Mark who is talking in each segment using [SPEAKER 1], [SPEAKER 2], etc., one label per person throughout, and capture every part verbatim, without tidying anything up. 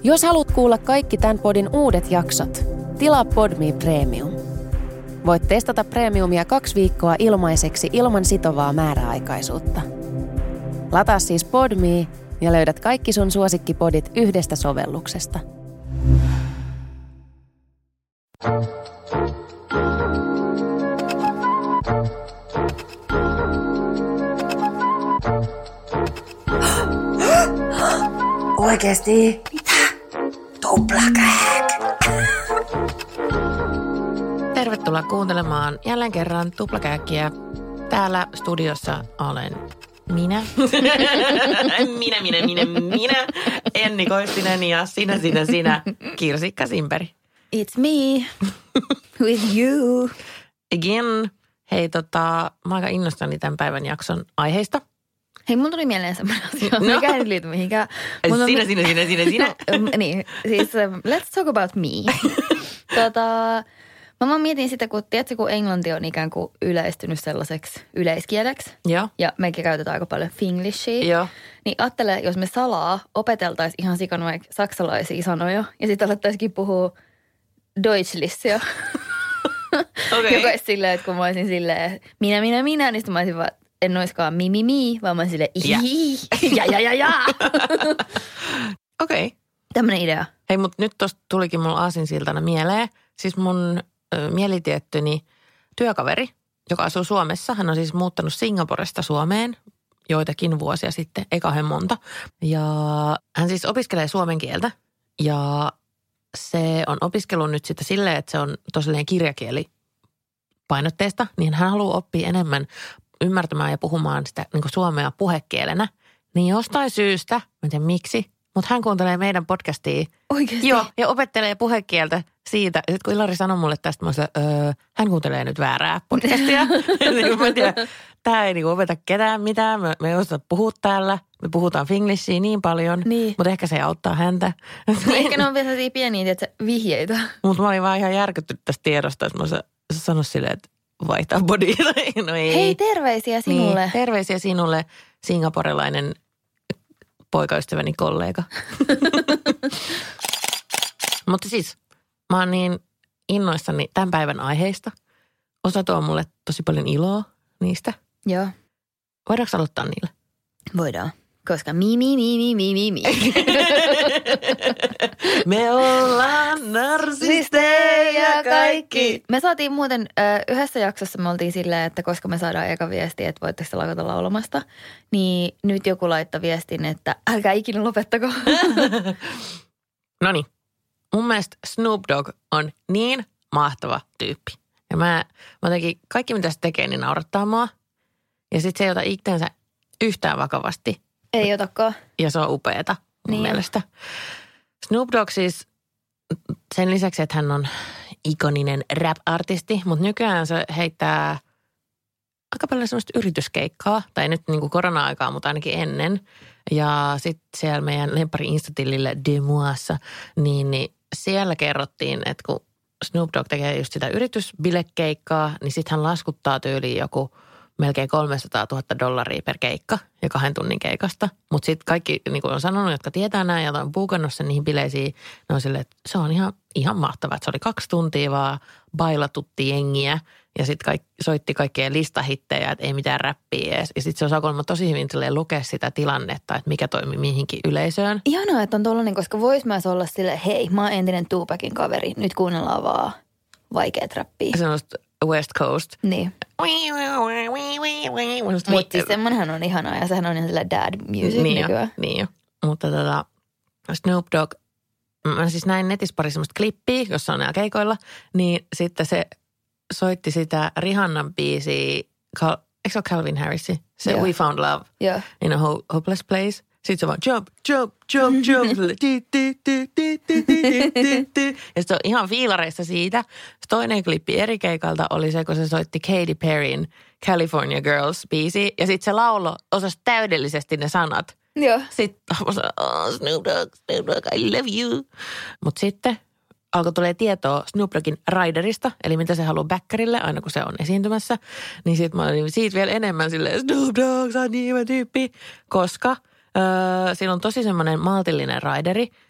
[SPEAKER 1] Jos haluat kuulla kaikki tämän podin uudet jaksot, tilaa Podme Premium. Voit testata Premiumia kaksi viikkoa ilmaiseksi ilman sitovaa määräaikaisuutta. Lataa siis Podme ja löydät kaikki sun suosikkipodit yhdestä sovelluksesta.
[SPEAKER 2] Oikeesti? Mitä? Tuplakääk!
[SPEAKER 3] Tervetuloa kuuntelemaan jälleen kerran Tuplakääkkiä. Täällä studiossa olen minä. minä, minä, minä, minä. Enni Koistinen ja sinä, sinä, sinä. Kirsikka Simperi.
[SPEAKER 2] It's me. With you.
[SPEAKER 3] Again. Hei, tota, mä oon aika innostani tämän päivän jakson aiheista.
[SPEAKER 2] Hei, mulla tuli mieleen semmoinen asia,
[SPEAKER 3] No.
[SPEAKER 2] mikä ei liity mihinkään.
[SPEAKER 3] Sinä, sinä, sinä, sinä, sinä, sinä.
[SPEAKER 2] Niin, siis um, let's talk about me. tota, mä vaan mietin sitä, kun tiedätkö, kun englanti on ikään kuin yleistynyt sellaiseksi yleiskieleksi.
[SPEAKER 3] Joo.
[SPEAKER 2] Ja mekin käytetään aika paljon finglishia.
[SPEAKER 3] Joo.
[SPEAKER 2] Niin ajattele, jos me salaa opeteltaisiin ihan sikana vaikka saksalaisia sanoja ja sitten alettaisikin puhua deutschlissia.
[SPEAKER 3] Okei.
[SPEAKER 2] Joka olisi silleen, että kun mä olisin silleen minä, minä, minä, niin sitten mä olisin vaan, en olisikaan mi, mi, mi, vaan mä olisin silleen
[SPEAKER 3] Ja.
[SPEAKER 2] ja, ja, ja, ja.
[SPEAKER 3] Okei. Okay.
[SPEAKER 2] Tämmöinen idea.
[SPEAKER 3] Hei, mutta nyt tosta tulikin mulla aasinsiltana mieleen. Siis mun ö, mielitiettoni työkaveri, joka asuu Suomessa. Hän on siis muuttanut Singaporesta Suomeen joitakin vuosia sitten, ei kauhean monta. Ja hän siis opiskelee suomen kieltä ja se on opiskellut nyt sitten silleen, että se on tosiaan kirjakieli painotteista, niin hän haluaa oppia enemmän ymmärtämään ja puhumaan sitä niin kuin suomea puhekielenä. Niin jostain syystä, mä en tiedä miksi, mutta hän kuuntelee meidän podcastia.
[SPEAKER 2] Oikeasti?
[SPEAKER 3] Joo, ja opettelee puhekieltä siitä. Ja sitten kun Ilari sanoi mulle tästä, mä olisin, öö, hän kuuntelee nyt väärää podcastia. Niin mä en tiedä, tämä ei niin kuin opeta ketään mitään. Me, me ei osata puhua täällä. Me puhutaan finglishia niin paljon,
[SPEAKER 2] Niin.
[SPEAKER 3] mutta ehkä se auttaa häntä.
[SPEAKER 2] Niin ehkä ne on vielä sellaisia pieniä, tiedätkö, vihjeitä.
[SPEAKER 3] Mutta mä olin vaan ihan järkyttynyt tästä tiedosta, että mä olisin sanonut silleen, että vaihtaa bodia. No ei.
[SPEAKER 2] Hei, terveisiä sinulle.
[SPEAKER 3] Niin, terveisiä sinulle, singaporelainen poikaystäväni kollega. Mutta siis, mä oon niin innoissani tämän päivän aiheista. Osa tuo mulle tosi paljon iloa niistä.
[SPEAKER 2] Joo,
[SPEAKER 3] Voidaanko aloittaa niillä?
[SPEAKER 2] voidaan. Koska mi, mi, mi, mi, mi, mi, mi.
[SPEAKER 3] Me ollaan narsisteja kaikki.
[SPEAKER 2] Me saatiin muuten ö, yhdessä jaksossa, me oltiin silleen, että koska me saadaan eka viesti, että voitteko te lakata laulamasta, niin nyt joku laittoi viestin, että älkää ikinä lopettako.
[SPEAKER 3] Noniin. Mun mielestä Snoop Dogg on niin mahtava tyyppi. Ja mä, mä jotenkin, kaikki mitä se tekee, niin naurattaa mua. Ja sit se ei ota itseensä yhtään vakavasti.
[SPEAKER 2] Ei otakaan.
[SPEAKER 3] Ja se on upeeta mun
[SPEAKER 2] Niin.
[SPEAKER 3] mielestä. Snoop Dogg siis sen lisäksi, että hän on ikoninen rap-artisti, mutta nykyään se heittää aika paljon semmoista yrityskeikkaa, tai nyt niin kuin korona-aikaa, mutta ainakin ennen. Ja sitten siellä meidän lemppari Insta-tilillä Demuassa, niin, niin siellä kerrottiin, että kun Snoop Dogg tekee just sitä yritysbilekeikkaa, niin sitten hän laskuttaa tyyliin joku melkein kolmesataatuhatta dollaria per keikka ja kahden tunnin keikasta. Mutta sitten kaikki, niin kuin on sanonut, jotka tietää näin ja on puukannut sen niihin bileisiin, ne on silleen, että se on ihan, ihan mahtavaa, että se oli kaksi tuntia vaan bailatutti jengiä ja sitten kaik, soitti kaikkea listahittejä, että ei mitään räppiä edes. Ja sitten se osaa kuulemma tosi hyvin lukea sitä tilannetta, että mikä toimii mihinkin yleisöön.
[SPEAKER 2] Ihanaa, että on tollainen, koska vois myös olla silleen, hei, mä oon entinen Tupacin kaveri, nyt kuunnellaan vaan vaikeat räppiä.
[SPEAKER 3] Semmoista West Coast.
[SPEAKER 2] Niin. Mutta siis semmonenhan on ihanaa ja sehän on ihan sillä dad music
[SPEAKER 3] niin
[SPEAKER 2] nykyään.
[SPEAKER 3] Jo, niin jo. Mutta tota, Snoop Dogg, mä siis näin netissä pari semmoista klippiä, jossa on nämä keikoilla, niin sitten se soitti sitä Rihannan biisiä, Cal- eikö se ole Calvin Harris? Se
[SPEAKER 2] Joo.
[SPEAKER 3] We Found Love
[SPEAKER 2] Joo.
[SPEAKER 3] in a ho- Hopeless Place. Sitten se vaan jump, jump, jump, jump. Ti, ti, ti, ti, ti, ti, ti, ti. Ja se on ihan fiilareissa siitä. Se toinen klippi eri keikalta oli se, kun se soitti Katy Perryn California Girls-biisi. Ja sitten se laulo osasi täydellisesti ne sanat.
[SPEAKER 2] Joo.
[SPEAKER 3] Sitten mä sanoin, oh, Snoop Dogg, Snoop Dogg, I love you. Mutta sitten alkoi tulee tietoa Snoop Doggin riderista, eli mitä se haluaa backerille aina kun se on esiintymässä. Niin sitten mä olin siitä vielä enemmän silleen, Snoop Dogg, sä oot niin hyvä tyyppi, koska öö, siinä on tosi semmoinen maltillinen rideri.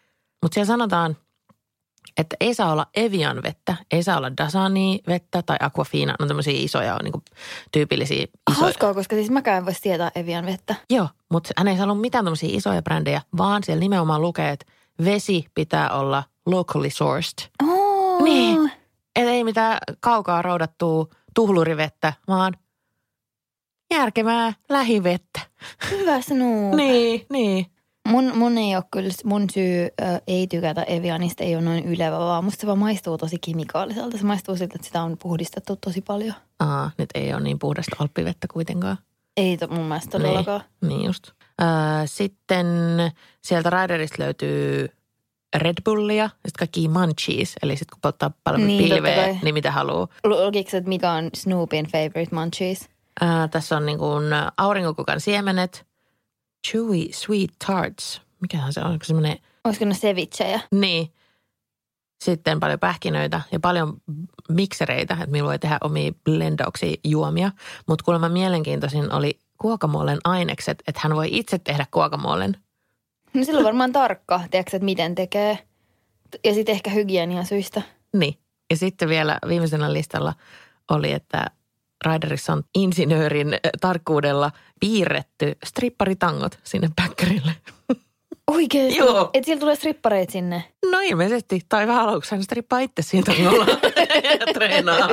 [SPEAKER 3] Mutta siellä sanotaan, että ei saa olla Evian vettä, ei saa olla Dasani vettä tai Aquafina. No tämmöisiä isoja, niin kuin tyypillisiä isoja.
[SPEAKER 2] Hauskaa, koska siis mäkään en voisi tietää Evian vettä.
[SPEAKER 3] Joo, mutta hän ei saa olla mitään tämmöisiä isoja brändejä, vaan siellä nimenomaan lukee, että vesi pitää olla locally sourced.
[SPEAKER 2] Oh.
[SPEAKER 3] Niin, et ei mitään kaukaa roudattua tuhlurivettä, vaan järkevää lähivettä.
[SPEAKER 2] Hyvä Snoop.
[SPEAKER 3] Niin, niin.
[SPEAKER 2] Mun, mun ei ole kyllä, mun syy ö, ei tykätä Evianista ei ole noin ylevä, vaan musta se vaan maistuu tosi kemikaaliselta. Se maistuu siltä, että sitä on puhdistettu tosi paljon.
[SPEAKER 3] Aa, nyt ei ole niin puhdasta alppivettä kuitenkaan.
[SPEAKER 2] Ei to, mun mielestä todellakaan.
[SPEAKER 3] Niin, niin just. Äh, sitten sieltä Riderista löytyy Red Bullia ja sitten kaikki munchies. Eli sitten kun polttaa paljon
[SPEAKER 2] Niin,
[SPEAKER 3] pilveä, niin mitä haluaa.
[SPEAKER 2] Lukiko, että mikä on Snoopin favorite munchies?
[SPEAKER 3] Äh, tässä on niin kuin aurinkokukan siemenet, chewy sweet tarts. Mikähän se on? Onko semmoinen?
[SPEAKER 2] Olisiko ne cevicheja?
[SPEAKER 3] Niin. Sitten paljon pähkinöitä ja paljon miksereitä, että millä voi tehdä omia blendauksia juomia. Mutta kuulemma mielenkiintoisin oli guacamolen ainekset, että hän voi itse tehdä guacamolen.
[SPEAKER 2] No silloin varmaan tarkka, tiedätkö, että miten tekee. Ja sitten ehkä hygieniasyistä.
[SPEAKER 3] Niin. Ja sitten vielä viimeisenä listalla oli, että Riderissa on insinöörin tarkkuudella piirretty stripparitangot sinne päkkärille.
[SPEAKER 2] Oikeesti?
[SPEAKER 3] Joo.
[SPEAKER 2] Et siellä tulee strippareit sinne?
[SPEAKER 3] No ilmeisesti. Tai vähän aluksi hän strippaa itse siitä tangolla ja treenaa.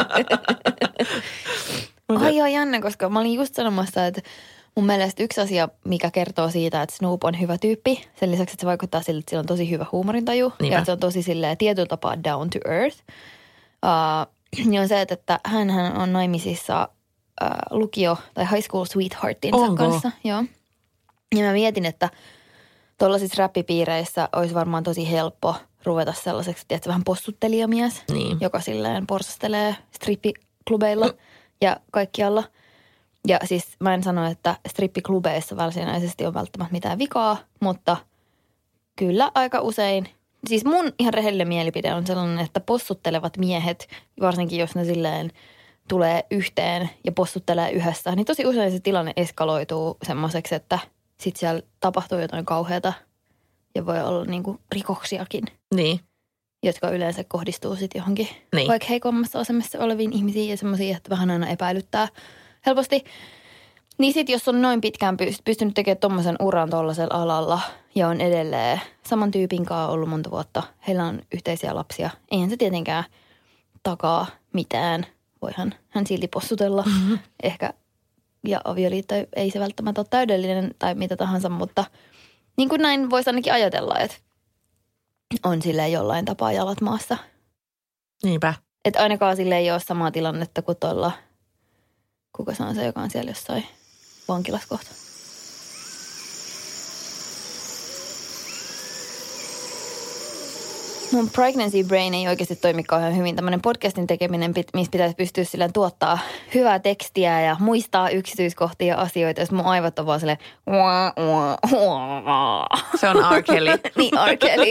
[SPEAKER 2] Ai joo, jännä, koska mä olin just sanomassa, että mun mielestä yksi asia, mikä kertoo siitä, että Snoop on hyvä tyyppi, sen lisäksi, että se vaikuttaa siltä, että sillä on tosi hyvä huumorintaju. Niinpä. Ja että se on tosi silleen tietyllä tapaa down to earth. Uh, niin on se, että, että hänhän on naimisissa uh, lukio- tai high school sweetheartinsa
[SPEAKER 3] Onko?
[SPEAKER 2] kanssa. Joo. Ja mä mietin, että tuollaisissa räppipiireissä olisi varmaan tosi helppo ruveta sellaiseksi, että vähän possuttelijamies,
[SPEAKER 3] Niin.
[SPEAKER 2] joka silleen porsastelee strippiklubeilla ja kaikkialla. Ja siis mä en sano, että strippiklubeissa varsinaisesti on välttämättä mitään vikaa, mutta kyllä aika usein. Siis mun ihan rehellinen mielipide on sellainen, että possuttelevat miehet, varsinkin jos ne silleen tulee yhteen ja possuttelee yhdessä, niin tosi usein se tilanne eskaloituu semmoiseksi, että sitten siellä tapahtuu jotain kauheata ja voi olla niinku rikoksiakin,
[SPEAKER 3] Niin.
[SPEAKER 2] jotka yleensä kohdistuu sitten johonkin
[SPEAKER 3] Niin.
[SPEAKER 2] vaikka heikommassa asemassa oleviin ihmisiin ja semmoisia, että vähän aina epäilyttää helposti. Niin sitten jos on noin pitkään pystynyt tekemään tommosen uran tuollaisella alalla ja on edelleen saman tyypin kanssa ollut monta vuotta, heillä on yhteisiä lapsia, eihän se tietenkään takaa mitään. Voihan hän silti possutella mm-hmm. ehkä, ja avioliitto ei se välttämättä ole täydellinen tai mitä tahansa, mutta niin kuin näin voisi ainakin ajatella, että on silleen jollain tapaa jalat maassa.
[SPEAKER 3] Niinpä.
[SPEAKER 2] Että ainakaan sille ei ole samaa tilannetta kuin tuolla, kuka se on se, joka on siellä jossain vankilassa kohta. Mun pregnancy brain ei oikeasti toimi kauhean hyvin. Tämmöinen podcastin tekeminen, missä pitäisi pystyä silleen tuottaa hyvää tekstiä ja muistaa yksityiskohtia ja asioita. Jos mun aivot on vaan silleen...
[SPEAKER 3] Se on R. Kelly.
[SPEAKER 2] Niin, R. Kelly.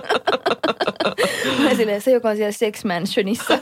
[SPEAKER 2] Mä silleen, se joka on siellä Sex Mansionissa.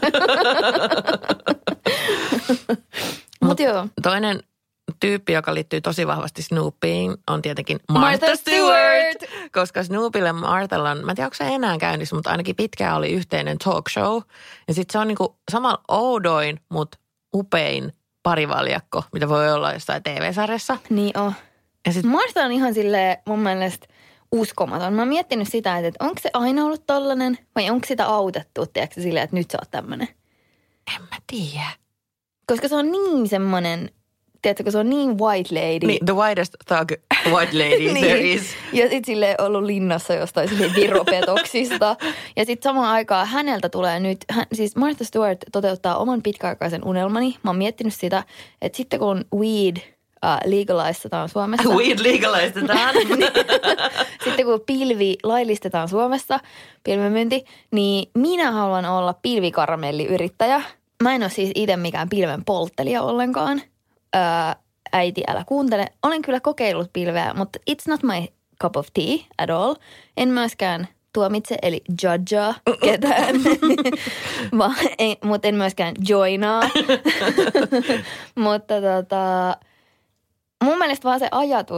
[SPEAKER 2] Mut joo.
[SPEAKER 3] Toinen tyyppi, joka liittyy tosi vahvasti Snoopiin, on tietenkin
[SPEAKER 2] Martha
[SPEAKER 3] Martha
[SPEAKER 2] Stewart.
[SPEAKER 3] Stewart. Koska Snoopille Marthalla on, mä en tiedä, onko se enää käynnissä, mutta ainakin pitkään oli yhteinen talk show. Ja sitten se on niinku samalla oudoin, mutta upein parivaljakko, mitä voi olla jossain T V-sarjassa.
[SPEAKER 2] Niin on.
[SPEAKER 3] Ja sit,
[SPEAKER 2] Martha on ihan silleen mun mielestä uskomaton. Mä oon miettinyt sitä, että onko se aina ollut tollanen vai onko sitä autettu, tiedätkö, silleen, että nyt sä oot tämmönen.
[SPEAKER 3] en mä tiedä.
[SPEAKER 2] Koska se on niin semmonen, tiedätkö, se on niin white lady.
[SPEAKER 3] Niin, the whitest thug white lady
[SPEAKER 2] niin.
[SPEAKER 3] there is.
[SPEAKER 2] Ja sit silleen ollut linnassa jostain silleen viropetoksista. Ja sit samaan aikaan häneltä tulee nyt, hän, siis Martha Stewart toteuttaa oman pitkäaikaisen unelmani. Mä oon miettinyt sitä, että sitten kun weed uh, legalistetaan Suomessa.
[SPEAKER 3] Weed legalistetaan.
[SPEAKER 2] Sitten kun pilvi laillistetaan Suomessa, pilvenmyynti, niin minä haluan olla pilvikaramelliyrittäjä. Mä en ole siis itse mikään pilven polttelija ollenkaan. Öö, äiti, älä kuuntele. Olen kyllä kokeillut pilveä, mutta it's not my cup of tea at all. En myöskään tuomitse, eli judgea ketään, mutta en myöskään joinaa. Mutta tota, mun mielestä vaan se ajatus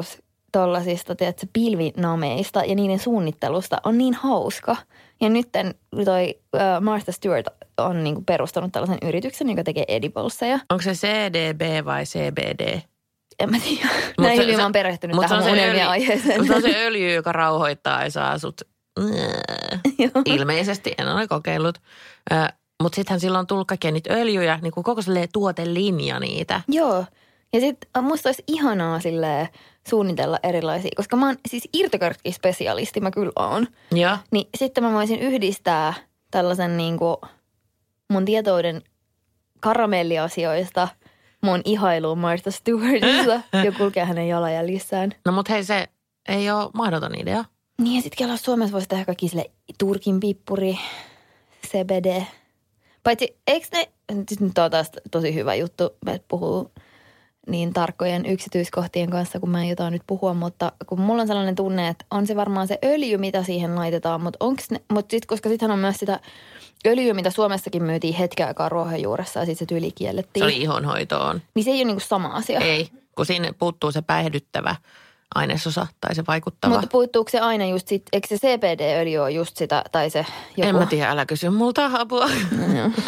[SPEAKER 2] tollasista, tiedätkö, pilvinameista ja niiden suunnittelusta on niin hauska. Ja nyt toi uh, Martha Stewart on niinku perustanut tällaisen yrityksen, joka tekee edibleseja.
[SPEAKER 3] Onko se C D B vai C B D?
[SPEAKER 2] En mä tiedä. Näin hyvin mä oon perehtynyt tähän mun unelmien aiheeseen.
[SPEAKER 3] Mutta se on se öljy, joka rauhoittaa ja saa sut ilmeisesti, en ole kokeillut. Mutta sittenhän silloin on tullut kaikkia niitä öljyjä, niin kuin koko silleen tuotelinja niitä.
[SPEAKER 2] Joo. Ja sitten musta olisi ihanaa silleen suunnitella erilaisia, koska mä oon siis irtokarkkispesialisti, mä kyllä oon.
[SPEAKER 3] Joo.
[SPEAKER 2] Niin sitten mä voisin yhdistää tällaisen niin kuin mun tietouden karamelliasioista mun ihailuun Martha Stewartissa ja kulkee hänen jalanjäljissään.
[SPEAKER 3] No mut hei, se ei ole mahdoton idea.
[SPEAKER 2] Niin ja sit kelaa Suomessa voisi tehdä kaikki sille Turkin pippuri, C B D. Paitsi eikö ne, nyt on taas tosi hyvä juttu, että puhuu niin tarkkojen yksityiskohtien kanssa, kun mä en jotain nyt puhua, mutta kun mulla on sellainen tunne, että on se varmaan se öljy, mitä siihen laitetaan, mutta onko ne, mutta sit, koska sittenhän on myös sitä öljyä, mitä Suomessakin myytiin hetken aikaa ruohonjuuressa ja sitten se tyyli kiellettiin.
[SPEAKER 3] Se oli ihonhoitoon.
[SPEAKER 2] Niin se ei ole niinku sama asia.
[SPEAKER 3] Ei, kun siinä puuttuu se päihdyttävä ainesosa tai se vaikuttava.
[SPEAKER 2] Mutta puuttuuko se aina just sit, eikö se C B D-öljy ole just sitä, tai se joku?
[SPEAKER 3] En mä tiedä, älä kysy multa apua.
[SPEAKER 2] No. uh,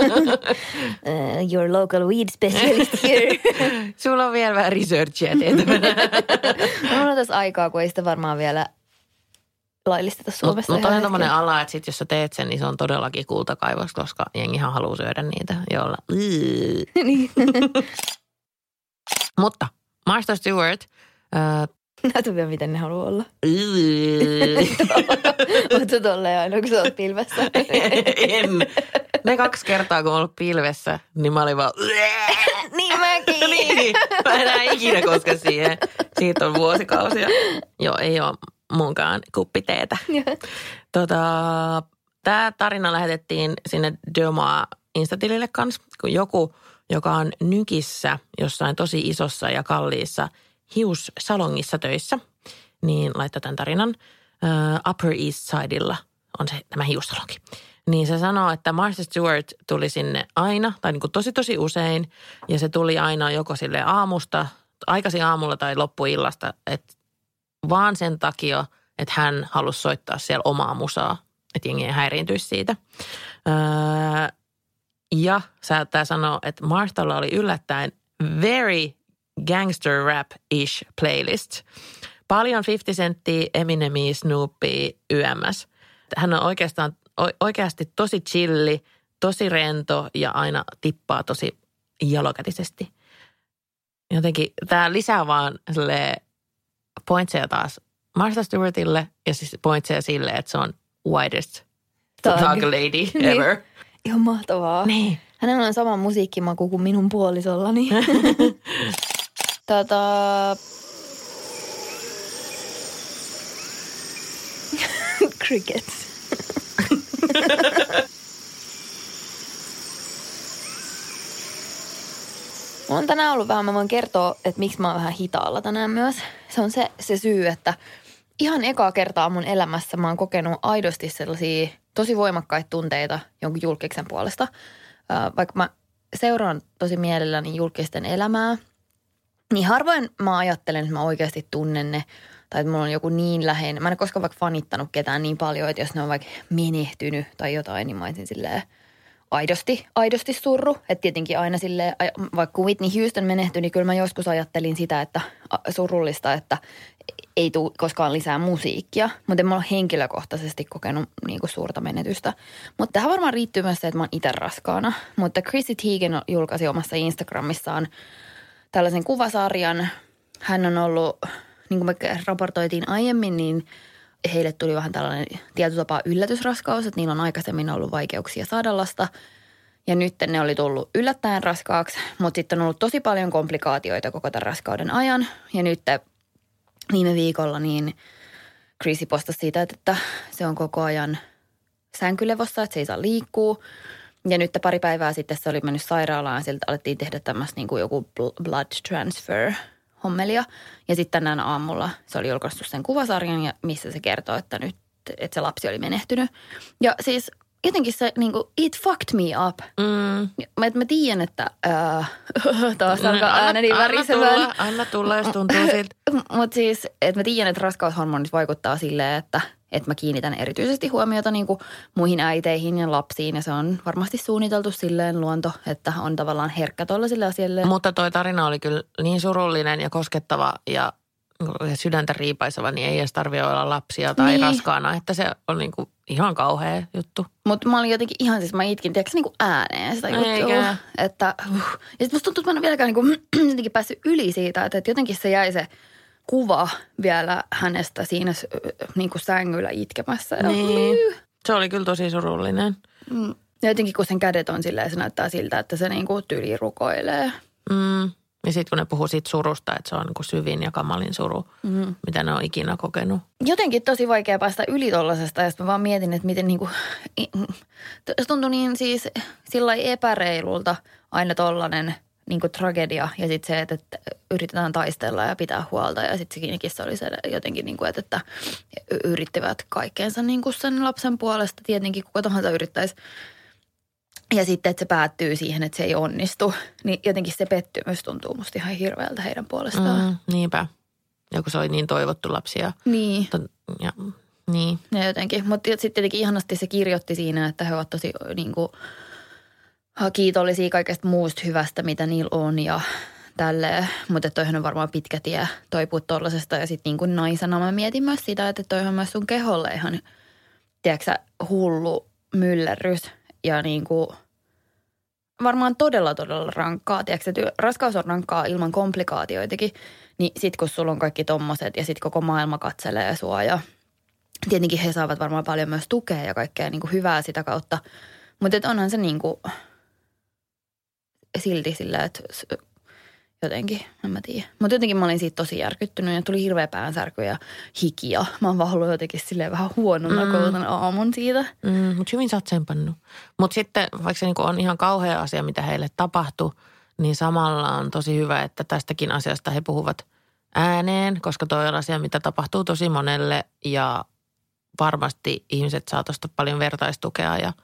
[SPEAKER 2] your local weed specialist here.
[SPEAKER 3] Sulla on vielä vähän researchia tehtävänä.
[SPEAKER 2] Mulla on tässä aikaa, kun ei sitä varmaan vielä laillisteta Suomessa.
[SPEAKER 3] Mutta on tommoinen ala, että sit jos sä teet sen, niin se on todellakin kultakaivos, koska jengihan haluaa syödä niitä, joilla niin. Mutta Martha Stewart. Äh,
[SPEAKER 2] Näytä vielä, miten ne haluaa olla. Ootko tolleen aina, kun sä oot pilvessä?
[SPEAKER 3] En. Ne kaksi kertaa, kun mä ollut pilvessä, niin mä olin vaan
[SPEAKER 2] niin mäkin.
[SPEAKER 3] niin, mä enää ikinä koska siihen. Siitä on vuosikausia. Joo, ei ole munkaan kuppiteetä. tota, Tämä tarina lähetettiin sinne Dömaa Instatilille kanssa, kun joku, joka on Nykissä jossain tosi isossa ja kalliissa hiussalongissa töissä, niin laittaa tämän tarinan. Uh, Upper East Sidella on se tämä hiussalonki. Niin se sanoo, että Martha Stewart tuli sinne aina, tai niin kuin tosi tosi usein, ja se tuli aina joko sille aamusta, aikaisin aamulla tai loppuillasta, että vaan sen takia, että hän halusi soittaa siellä omaa musaa, että jengi ei häiriintyisi siitä. Uh, ja tämä sanoo, että Marthalla oli yllättäen very gangster rap-ish playlist. Paljon fifty Centtiä, Eminemia, Snoopia, Y M S. Hän on oikeastaan oikeasti tosi chilli, tosi rento ja aina tippaa tosi jalokätisesti. Jotenkin tämä lisää vaan pointseja taas Martha Stewartille ja siis pointseja sille, että se on whitest thug lady ever.
[SPEAKER 2] Niin. Ihan mahtavaa.
[SPEAKER 3] Niin.
[SPEAKER 2] Hänellä on sama musiikkimaku kuin minun puolisollani. Tota... Crickets. Mä oon tänään ollut vähän, mä voin kertoa, että miksi mä oon vähän hitaalla tänään myös. Se on se, se syy, että ihan ekaa kertaa mun elämässä mä oon kokenut aidosti sellaisia tosi voimakkaita tunteita jonkun julkiksen puolesta. Vaikka mä seuraan tosi mielelläni julkisten elämää, niin harvoin mä ajattelen, että mä oikeasti tunnen ne tai että mulla on joku niin läheinen. Mä en ole koskaan vaikka fanittanut ketään niin paljon, että jos ne on vaikka menehtynyt tai jotain, niin mä olisin silleen aidosti, aidosti surru. Että tietenkin aina silleen, vaikka Whitney Houston menehtyi, niin kyllä mä joskus ajattelin sitä, että surullista, että ei tule koskaan lisää musiikkia. Mutta en mä ole henkilökohtaisesti kokenut niinku suurta menetystä. Mutta tähän varmaan riittyy myös se, että mä oon itse raskaana. Mutta Chrissy Teigen julkaisi omassa Instagramissaan tällaisen kuvasarjan. Hän on ollut, niin kuin me raportoitiin aiemmin, niin heille tuli vähän tällainen tietyllä tapaa yllätysraskaus, että niillä on aikaisemmin ollut vaikeuksia saada lasta. Ja nyt ne oli tullut yllättäen raskaaksi, mutta sitten on ollut tosi paljon komplikaatioita koko tämän raskauden ajan. Ja nyt viime viikolla niin Chrissy postasi siitä, että se on koko ajan sänkylevossa, että se ei saa liikkua. Ja nyt pari päivää sitten se oli mennyt sairaalaan ja sieltä alettiin tehdä tämmöistä niin kuin joku blood transfer hommelia. Ja sitten tänään aamulla se oli julkaissut sen kuvasarjan, ja missä se kertoo, että nyt että se lapsi oli menehtynyt. Ja siis jotenkin se niinku, it fucked me up.
[SPEAKER 3] Mm.
[SPEAKER 2] Mä, mä tiedän, että äh, taas alkaa
[SPEAKER 3] anna,
[SPEAKER 2] ääneni värisemään.
[SPEAKER 3] Anna tulla, anna tulla, jos tuntuu siltä.
[SPEAKER 2] Mutta siis, että mä tiedän, että raskaushormonit vaikuttaa silleen, että, että mä kiinnitän erityisesti huomiota niinku muihin äiteihin ja lapsiin. Ja se on varmasti suunniteltu silleen luonto, että on tavallaan herkkä tollaisille asioille.
[SPEAKER 3] Mutta toi tarina oli kyllä niin surullinen ja koskettava ja sydäntä riipaiseva, niin ei edes tarvitse olla lapsia tai niin. raskaana. Että se on niinku ihan kauhea juttu.
[SPEAKER 2] Mutta mä olin jotenkin ihan siis, mä itkin, tiedätkö niinku ääneen sitä juttua. Että, uh. Ja sitten musta tuntuu, että mä en ole vieläkään niinku, jotenkin päässyt yli siitä, että, että jotenkin se jäi se kuva vielä hänestä siinä niinku sängyllä itkemässä. Ja,
[SPEAKER 3] niin. Uh. Se oli kyllä tosi surullinen.
[SPEAKER 2] Mm. Ja jotenkin kun sen kädet on silleen, se näyttää siltä, että se niinku tyli rukoilee.
[SPEAKER 3] Mm. Ja sitten kun ne puhuu siitä surusta, että se on niinku syvin ja kamalin suru, mm. mitä ne on ikinä kokenut.
[SPEAKER 2] Jotenkin tosi vaikea päästä yli tollasesta ja sitten mä vaan mietin, että miten niinku, se tuntui niin siis sillä epäreilulta aina tollainen niinku tragedia ja sitten se, että, että yritetään taistella ja pitää huolta ja sitten sekin se oli se jotenkin niinku, että, että yrittivät kaikkeensa niinku sen lapsen puolesta tietenkin kuka tahansa yrittäisi. Ja sitten, että se päättyy siihen, että se ei onnistu, niin jotenkin se pettymys tuntuu musta ihan hirveältä heidän puolestaan.
[SPEAKER 3] Mm, niinpä. Ja kun se oli niin toivottu lapsia.
[SPEAKER 2] Niin.
[SPEAKER 3] Ton, ja, niin.
[SPEAKER 2] Ja jotenkin. Mutta sitten tietenkin ihanasti se kirjoitti siinä, että he ovat tosi niin kuin, kiitollisia kaikesta muusta hyvästä, mitä niillä on ja tälleen. Mutta toihan on varmaan pitkä tie toipua tollasesta. Ja sitten niin kuin naisena mä mietin myös sitä, että toihan on myös sun keholle ihan, tiedätkö hullu myllerrys. Ja niin kuin varmaan todella, todella rankkaa. Tiedätkö, että raskaus on rankkaa ilman komplikaatioitakin. Niin sit kun sulla on kaikki tommoset ja sit koko maailma katselee sua. Ja tietenkin he saavat varmaan paljon myös tukea ja kaikkea niin kuin hyvää sitä kautta. Mutta onhan se niin kuin silti silleen, että jotenkin, en mä tiedä. Mutta jotenkin mä olin siitä tosi järkyttynyt ja tuli hirveä päänsärky ja hiki ja mä oon vaan ollut jotenkin silleen vähän huonona mm. koulutan aamun siitä.
[SPEAKER 3] Mm, mutta hyvin sä oot sen pannut. Mutta sitten vaikka se niinku on ihan kauhea asia, mitä heille tapahtui, niin samalla on tosi hyvä, että tästäkin asiasta he puhuvat ääneen, koska toi on asia, mitä tapahtuu tosi monelle ja varmasti ihmiset saa tuosta paljon vertaistukea ja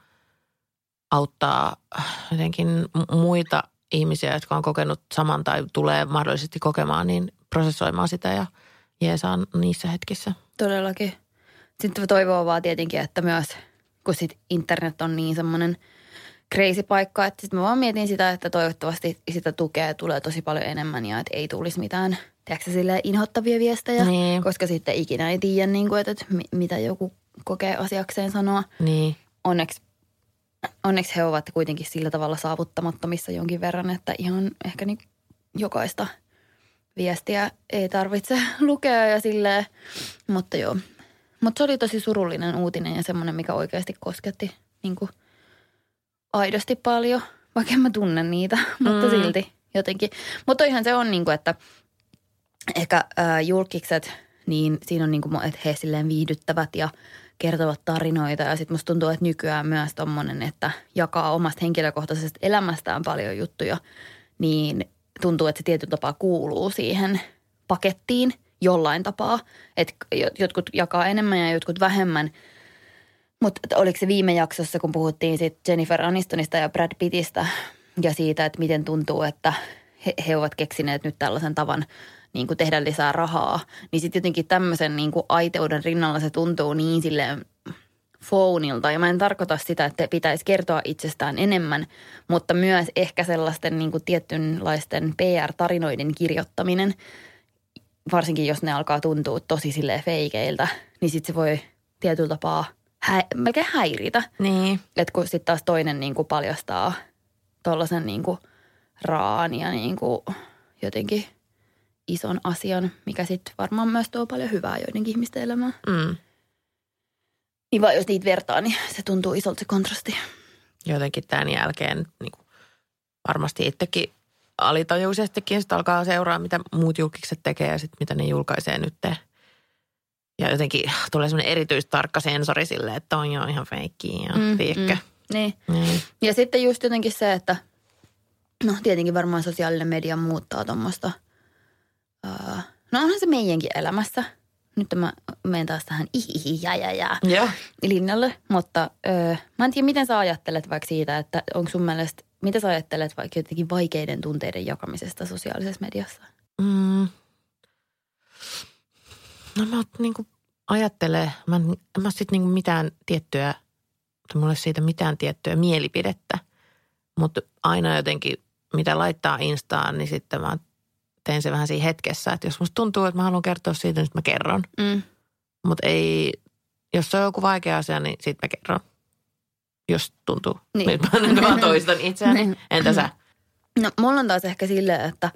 [SPEAKER 3] auttaa jotenkin muita ihmisiä, jotka on kokenut saman tai tulee mahdollisesti kokemaan, niin prosessoimaan sitä ja jeesaa niissä hetkissä.
[SPEAKER 2] Todellakin. Sitten toivoo vaan tietenkin, että myös kun sit internet on niin semmoinen crazy paikka, että sitten mä vaan mietin sitä, että toivottavasti sitä tukea tulee tosi paljon enemmän ja että ei tulisi mitään, tiedätkö silleen inhottavia viestejä, niin. Koska sitten ikinä ei tiedä, niin kuin, että, että mitä joku kokee asiakseen sanoa.
[SPEAKER 3] Niin.
[SPEAKER 2] Onneksi Onneksi he ovat kuitenkin sillä tavalla saavuttamattomissa jonkin verran, että ihan ehkä niin jokaista viestiä ei tarvitse lukea ja silleen, mutta joo. Mutta se oli tosi surullinen uutinen ja semmoinen, mikä oikeasti kosketti niin kuin aidosti paljon, vaikka en mä tunne niitä, mutta mm. silti jotenkin. Mutta toihan se on niin kuin, että ehkä äh, julkikset, niin siinä on niin kuin, että he silleen viihdyttävät ja kertovat tarinoita ja sitten musta tuntuu, että nykyään myös tommonen, että jakaa omasta henkilökohtaisesta elämästään paljon juttuja, niin tuntuu, että se tietyllä tapaa kuuluu siihen pakettiin jollain tapaa. Että jotkut jakaa enemmän ja jotkut vähemmän. Mutta oliko se viime jaksossa, kun puhuttiin sitten Jennifer Anistonista ja Brad Pittistä ja siitä, että miten tuntuu, että he, he ovat keksineet nyt tällaisen tavan niin kuin tehdä lisää rahaa, niin sitten jotenkin tämmöisen niin kuin aiteuden rinnalla se tuntuu niin silleen founilta. Ja mä en tarkoita sitä, että pitäisi kertoa itsestään enemmän, mutta myös ehkä sellaisten niin kuin tietynlaisten P R-tarinoiden kirjoittaminen, varsinkin jos ne alkaa tuntua tosi silleen feikeiltä, niin sitten se voi tietyllä tapaa hä- melkein häiritä.
[SPEAKER 3] Niin.
[SPEAKER 2] Että kun sitten taas toinen niin kuin paljastaa tollaisen niin kuin raan ja niin kuin jotenkin ison asian, mikä sitten varmaan myös tuo paljon hyvää joidenkin ihmisten elämään.
[SPEAKER 3] Mm.
[SPEAKER 2] Niin vaan jos niitä vertaa, niin se tuntuu isolta se kontrasti.
[SPEAKER 3] Jotenkin tämän jälkeen niin kuin varmasti itsekin alitajuisestikin sitten alkaa seuraa, mitä muut julkikset tekee ja sitten mitä ne julkaisee nyt. Ja jotenkin tulee semmoinen erityistarkka sensori silleen, että on jo ihan feikkiä ja mm, tiedätkö. Mm,
[SPEAKER 2] niin. niin. Ja sitten just jotenkin se, että no tietenkin varmaan sosiaalinen media muuttaa tuommoista. Uh, no onhan se meidänkin elämässä nyt mä menen taas tähän ihihi ja ja ja
[SPEAKER 3] Joo.
[SPEAKER 2] linjalle. Mutta öö, mä en tiedä, miten sä ajattelet vaikka siitä, että onko sun mielestä, mitä sä ajattelet vaikka jotenkin vaikeiden tunteiden jakamisesta sosiaalisessa mediassa?
[SPEAKER 3] Mm. No mä niinku ajattelen, mä en, en mä sit niinku mitään tiettyä, mulla ei siitä mitään tiettyä mielipidettä, mutta aina jotenkin, mitä laittaa Instaan, niin sitten mä teen se vähän siinä hetkessä, että jos musta tuntuu, että mä haluan kertoa siitä, niin mä kerron.
[SPEAKER 2] Mm.
[SPEAKER 3] Mutta ei, jos se on joku vaikea asia, niin sit mä kerron. Jos tuntuu.
[SPEAKER 2] Niin.
[SPEAKER 3] Nyt mä, nyt mä toistan itseäni.
[SPEAKER 2] Niin.
[SPEAKER 3] Entä sä?
[SPEAKER 2] No mulla on taas ehkä silleen, että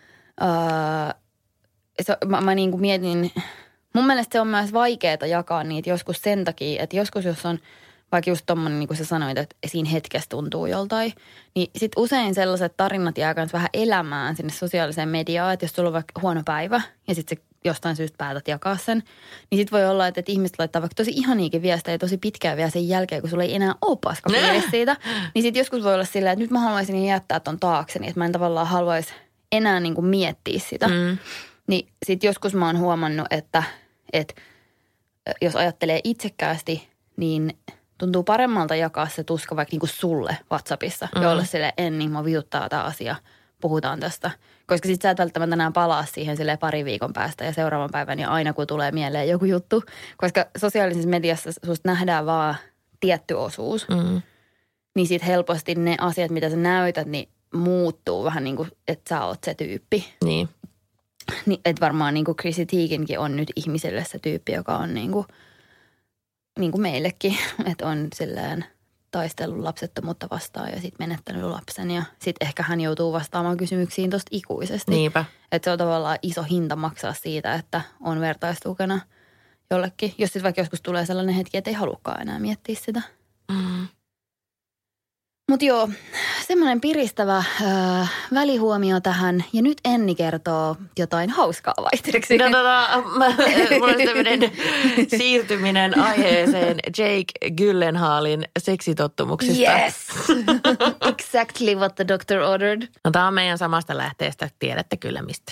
[SPEAKER 2] öö, se, mä, mä niin kuin mietin, mun mielestä se on myös vaikeaa jakaa niitä joskus sen takia, että joskus jos on vaikka just tommonen, niin kuin sä sanoit, että siinä hetkessä tuntuu joltain, niin sit usein sellaiset tarinat jää myös vähän elämään sinne sosiaaliseen mediaan, että jos sulla on vaikka huono päivä ja sit sä jostain syystä päätät jakaa sen, niin sit voi olla, että, että ihmiset laittaa vaikka tosi ihaniikin viestejä tosi pitkään vielä sen jälkeen, kun sulla ei enää ole paska fiilis siitä, niin sit joskus voi olla silleen, että nyt mä haluaisin jättää ton taakseni, että mä en tavallaan haluaisi enää niin kuin miettiä sitä. Mm. Niin sit joskus mä oon huomannut, että, että jos ajattelee itsekkäästi, niin tuntuu paremmalta jakaa se tuska vaikka niinku sulle WhatsAppissa, mm-hmm. jolle sille en, niin mä vituttaa tämä asia, puhutaan tästä. Koska sit sä et välttämättä enää palaa siihen sille pari viikon päästä ja seuraavan päivän ja aina kun tulee mieleen joku juttu. Koska sosiaalisessa mediassa susta nähdään vaan tietty osuus. Mm-hmm. Niin sit helposti ne asiat, mitä sä näytät, niin muuttuu vähän niin kuin, että sä oot se tyyppi.
[SPEAKER 3] Niin.
[SPEAKER 2] Niin että varmaan niin kuin Chrissy Teigenkin on nyt ihmiselle se tyyppi, joka on niin kuin niin kuin meillekin, että on silleen taistellut lapsettomuutta vastaan ja sitten menettänyt lapsen. Ja sitten ehkä hän joutuu vastaamaan kysymyksiin tosta ikuisesti.
[SPEAKER 3] Niinpä.
[SPEAKER 2] Että se on tavallaan iso hinta maksaa siitä, että on vertaistukena jollekin. Jos sitten vaikka joskus tulee sellainen hetki, että ei halukkaan enää miettiä sitä. Mm. Mutta joo, semmoinen piristävä äh, välihuomio tähän. Ja nyt Enni kertoo jotain hauskaa vaihteeksi.
[SPEAKER 3] No tota, mulla on tämmöinen siirtyminen aiheeseen Jake Gyllenhaalin seksitottumuksista.
[SPEAKER 2] Yes! Exactly what the doctor ordered.
[SPEAKER 3] No tää on meidän samasta lähteestä, tiedätte kyllä mistä.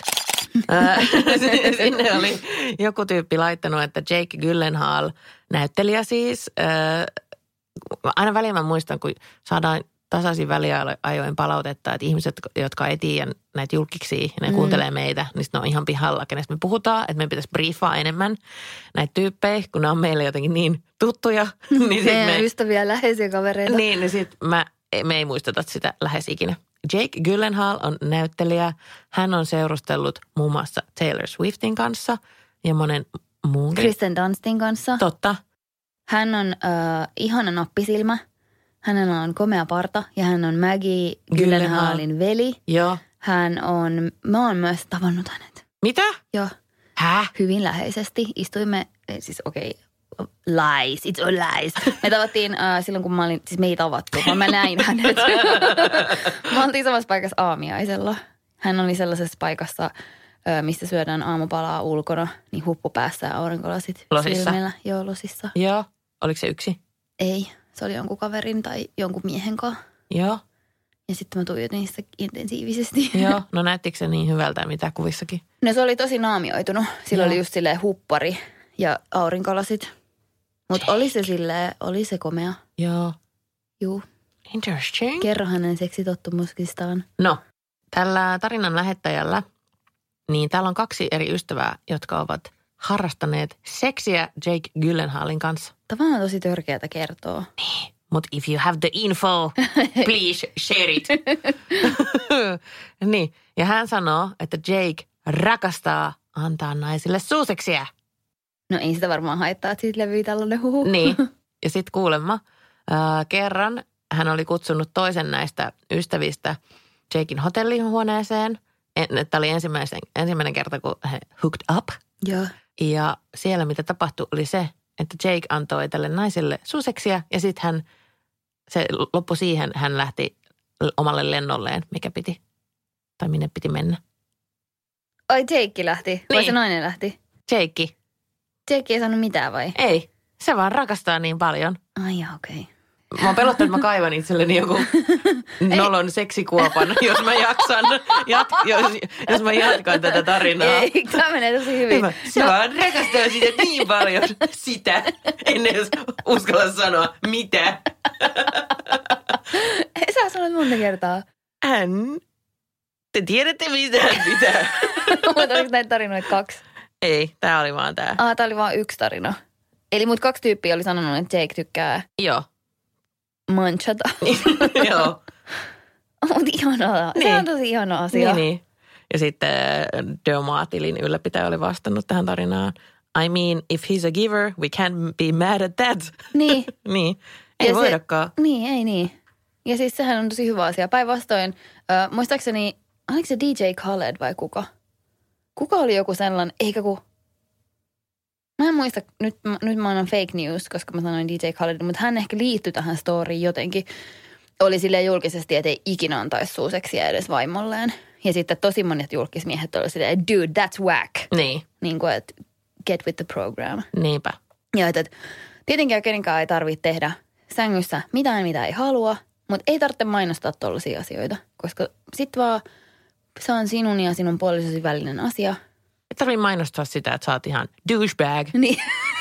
[SPEAKER 3] Sinne oli joku tyyppi laittanut, että Jake Gyllenhaal, näyttelijä siis, aina väliin mä muistan, kun saadaan tasaisin väliajoin palautetta, että ihmiset, jotka ei tiedä näitä julkiksi, ne mm. kuuntelee meitä, niin ne on ihan pihalla, kenestä me puhutaan, että meidän pitäisi briefaa enemmän näitä tyyppejä, kun ne on meille jotenkin niin tuttuja. Niin
[SPEAKER 2] meidän
[SPEAKER 3] me,
[SPEAKER 2] ystäviä, läheisiä kavereita.
[SPEAKER 3] Niin, niin sit mä, me ei muisteta sitä lähes ikinä. Jake Gyllenhaal on näyttelijä. Hän on seurustellut muun muassa Taylor Swiftin kanssa ja monen muunkin.
[SPEAKER 2] Kristen Dunstin kanssa.
[SPEAKER 3] Totta.
[SPEAKER 2] Hän on äh, ihana nappisilmä. Hänellä on komea parta ja hän on Maggie Gyllenhaalin veli.
[SPEAKER 3] Joo.
[SPEAKER 2] Hän on, mä oon myös tavannut hänet.
[SPEAKER 3] Mitä?
[SPEAKER 2] Joo.
[SPEAKER 3] Häh?
[SPEAKER 2] Hyvin läheisesti. Istuimme, siis okei, okay, lies, it's all lies. Me tavattiin äh, silloin, kun mä olin, siis me ei tavattu, vaan mä näin hänet. Me oltiin samassa paikassa aamiaisella. Hän oli sellaisessa paikassa, äh, mistä syödään aamupalaa ulkona, niin huppu päässä ja aurinkolasit.
[SPEAKER 3] Losissa?
[SPEAKER 2] Silmillä. Joo, losissa.
[SPEAKER 3] Joo. Oliko se yksi?
[SPEAKER 2] Ei. Se oli jonkun kaverin tai jonkun miehen kanssa.
[SPEAKER 3] Joo.
[SPEAKER 2] Ja sitten mä tuijotin sitä intensiivisesti.
[SPEAKER 3] Joo. No näyttikö se niin hyvältä, mitä kuvissakin?
[SPEAKER 2] No se oli tosi naamioitunut. Sillä
[SPEAKER 3] Joo.
[SPEAKER 2] oli just silleen huppari ja aurinkolasit. Mutta oli se silleen, oli se komea.
[SPEAKER 3] Joo.
[SPEAKER 2] Juu.
[SPEAKER 3] Interesting.
[SPEAKER 2] Kerro hänen seksitottumuksistaan.
[SPEAKER 3] No, tällä tarinan lähettäjällä, niin täällä on kaksi eri ystävää, jotka ovat harrastaneet seksiä Jake Gyllenhaalin kanssa.
[SPEAKER 2] Tämä on tosi törkeätä kertoa.
[SPEAKER 3] Niin, mutta if you have the info, please share it. Niin, ja hän sanoo, että Jake rakastaa antaa naisille suuseksiä.
[SPEAKER 2] No ei sitä varmaan haittaa, että siitä levii tällainen huhu.
[SPEAKER 3] Niin, ja sitten kuulemma äh, kerran hän oli kutsunut toisen näistä ystävistä Jakein hotellihuoneeseen. Tämä oli ensimmäinen, ensimmäinen kerta, kun he hooked up.
[SPEAKER 2] Joo.
[SPEAKER 3] Ja siellä mitä tapahtui oli se, että Jake antoi tälle naiselle suuseksia ja sitten hän, se loppui siihen, hän lähti omalle lennolleen, mikä piti, tai minne piti mennä.
[SPEAKER 2] Ai Jake lähti, vai
[SPEAKER 3] niin.
[SPEAKER 2] se nainen lähti?
[SPEAKER 3] Jake.
[SPEAKER 2] Jake ei saanut mitään vai?
[SPEAKER 3] Ei, se vaan rakastaa niin paljon.
[SPEAKER 2] Ai okei. Okay.
[SPEAKER 3] Mä oon pelottanut, että mä kaivan itselleni joku nolon seksikuopan, jos mä jaksan, jat, jos, jos mä jatkan tätä tarinaa.
[SPEAKER 2] Ei, tämä menee tosi hyvin.
[SPEAKER 3] Mä, sä no. vaan rakastaa sitä niin paljon, sitä, en edes uskalla sanoa, mitä.
[SPEAKER 2] Sä sanoit monta kertaa.
[SPEAKER 3] Hän, te tiedätte mitä hän pitää.
[SPEAKER 2] Mutta oliko näitä tarinoita kaksi?
[SPEAKER 3] Ei, tää oli vaan tää.
[SPEAKER 2] Ah, tää oli vaan yksi tarina. Eli mut kaksi tyyppiä oli sanonut, että Jake tykkää
[SPEAKER 3] Joo.
[SPEAKER 2] manchata.
[SPEAKER 3] Joo.
[SPEAKER 2] Mutta ihanaa.
[SPEAKER 3] Niin.
[SPEAKER 2] Se on tosi ihana asia.
[SPEAKER 3] Niin, niin. Ja sitten Deomaatilin ylläpitäjä oli vastannut tähän tarinaan. I mean, if he's a giver, we can't be mad at that.
[SPEAKER 2] Niin.
[SPEAKER 3] niin. Ei
[SPEAKER 2] ja
[SPEAKER 3] voidakaan.
[SPEAKER 2] Se, niin, ei niin. Ja siis sehän on tosi hyvä asia. Päinvastoin, äh, muistaakseni, oliko se D J Khaled vai kuka? Kuka oli joku sellainen, eikä ku... Mä en muista, nyt, nyt mä annan fake news, koska mä sanoin D J Khaled, mutta hän ehkä liittyi tähän storyin jotenkin. Oli silleen julkisesti, että ei ikinä antaisi suuseksiä edes vaimolleen. Ja sitten tosi monet julkismiehet oli silleen, dude, that's whack.
[SPEAKER 3] Niin.
[SPEAKER 2] Niin kuin, että get with the program.
[SPEAKER 3] Niinpä.
[SPEAKER 2] Ja että, että tietenkään kenenkään ei tarvitse tehdä sängyssä mitään, mitä ei halua, mutta ei tarvitse mainostaa tollaisia asioita, koska sit vaan se on sinun ja sinun puolisosi välinen asia.
[SPEAKER 3] Ei tarvitse mainostaa sitä, että sä oot ihan douchebag.
[SPEAKER 2] Niin.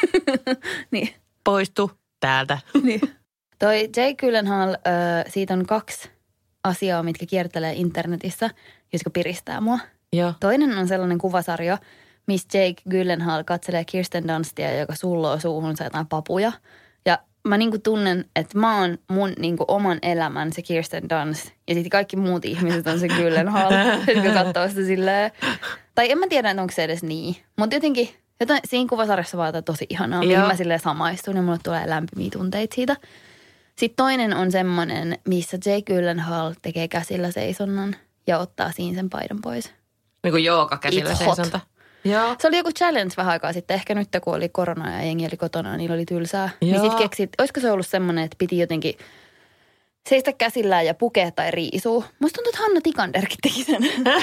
[SPEAKER 2] niin.
[SPEAKER 3] Poistu täältä.
[SPEAKER 2] niin. Toi Jake Gyllenhaal, äh, siitä on kaksi asiaa, mitkä kiertelee internetissä, jotka piristää mua.
[SPEAKER 3] Joo.
[SPEAKER 2] Toinen on sellainen kuvasarja, missä Jake Gyllenhaal katselee Kirsten Dunstia, joka sulloo suuhunsa jotain papuja. Ja mä niinku tunnen, että mä oon mun niinku oman elämän se Kirsten Dunst. Ja sitten kaikki muut ihmiset on se Gyllenhaal, jotka katsoo sitä silleen. Tai en mä tiedä, onko se edes niin. Mutta jotenkin jotain, siinä kuvasarjassa vaan tosi ihanaa, mihin mä silleen samaistun ja mulle tulee lämpimiä tunteita siitä. Sitten toinen on semmoinen, missä Jake Gyllenhaal tekee käsillä seisonnan ja ottaa siinä sen paidan pois.
[SPEAKER 3] Niin kuin jooga käsillä seisonta. Joo.
[SPEAKER 2] Se oli joku challenge vähän aikaa sitten. Ehkä nyt kun oli korona ja jengi oli kotona, niin oli tylsää.
[SPEAKER 3] Joo.
[SPEAKER 2] Niin sitten keksit, olisiko se ollut semmoinen, että piti jotenkin seistä käsillään ja pukea tai riisua. Musta tuntuu, että Hanna Tikanderkin teki sen.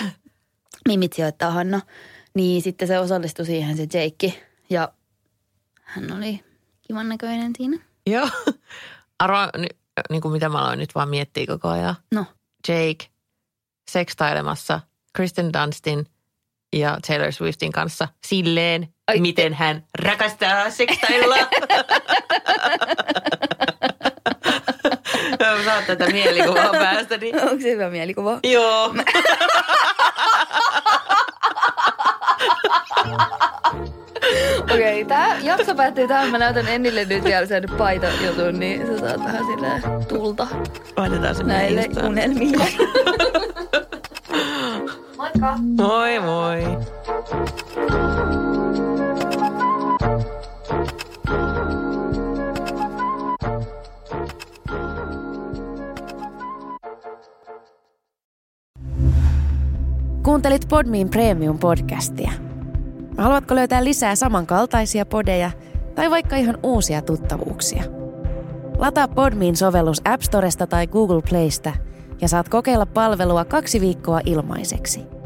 [SPEAKER 2] Mimit sijoittaa Hanna. Niin sitten se osallistui siihen se Jake. Ja hän oli kivan näköinen siinä.
[SPEAKER 3] Joo. Aro, niin kuin mitä mä aloin nyt vaan miettiä koko ajan.
[SPEAKER 2] No.
[SPEAKER 3] Jake sekstailemassa Kristen Dunstin ja Taylor Swiftin kanssa silleen, Ai, miten te... hän rakastaa sekstailla. Saat tätä mielikuvaa päästäni.
[SPEAKER 2] Onko se hyvä mielikuva?
[SPEAKER 3] Joo.
[SPEAKER 2] Okei, okay, tää jakso päättyy tähän. Mä näytän Ennille nyt vielä sen paita-jutun, niin sä saat vähän silleen tulta.
[SPEAKER 3] Laitetaan se
[SPEAKER 2] näille unelmille. Moikka!
[SPEAKER 3] Moi moi!
[SPEAKER 1] Kuuntelit Podmin Premium-podcastia. Haluatko löytää lisää samankaltaisia podeja tai vaikka ihan uusia tuttavuuksia? Lataa Podmin sovellus App Storesta tai Google Playsta ja saat kokeilla palvelua kaksi viikkoa ilmaiseksi.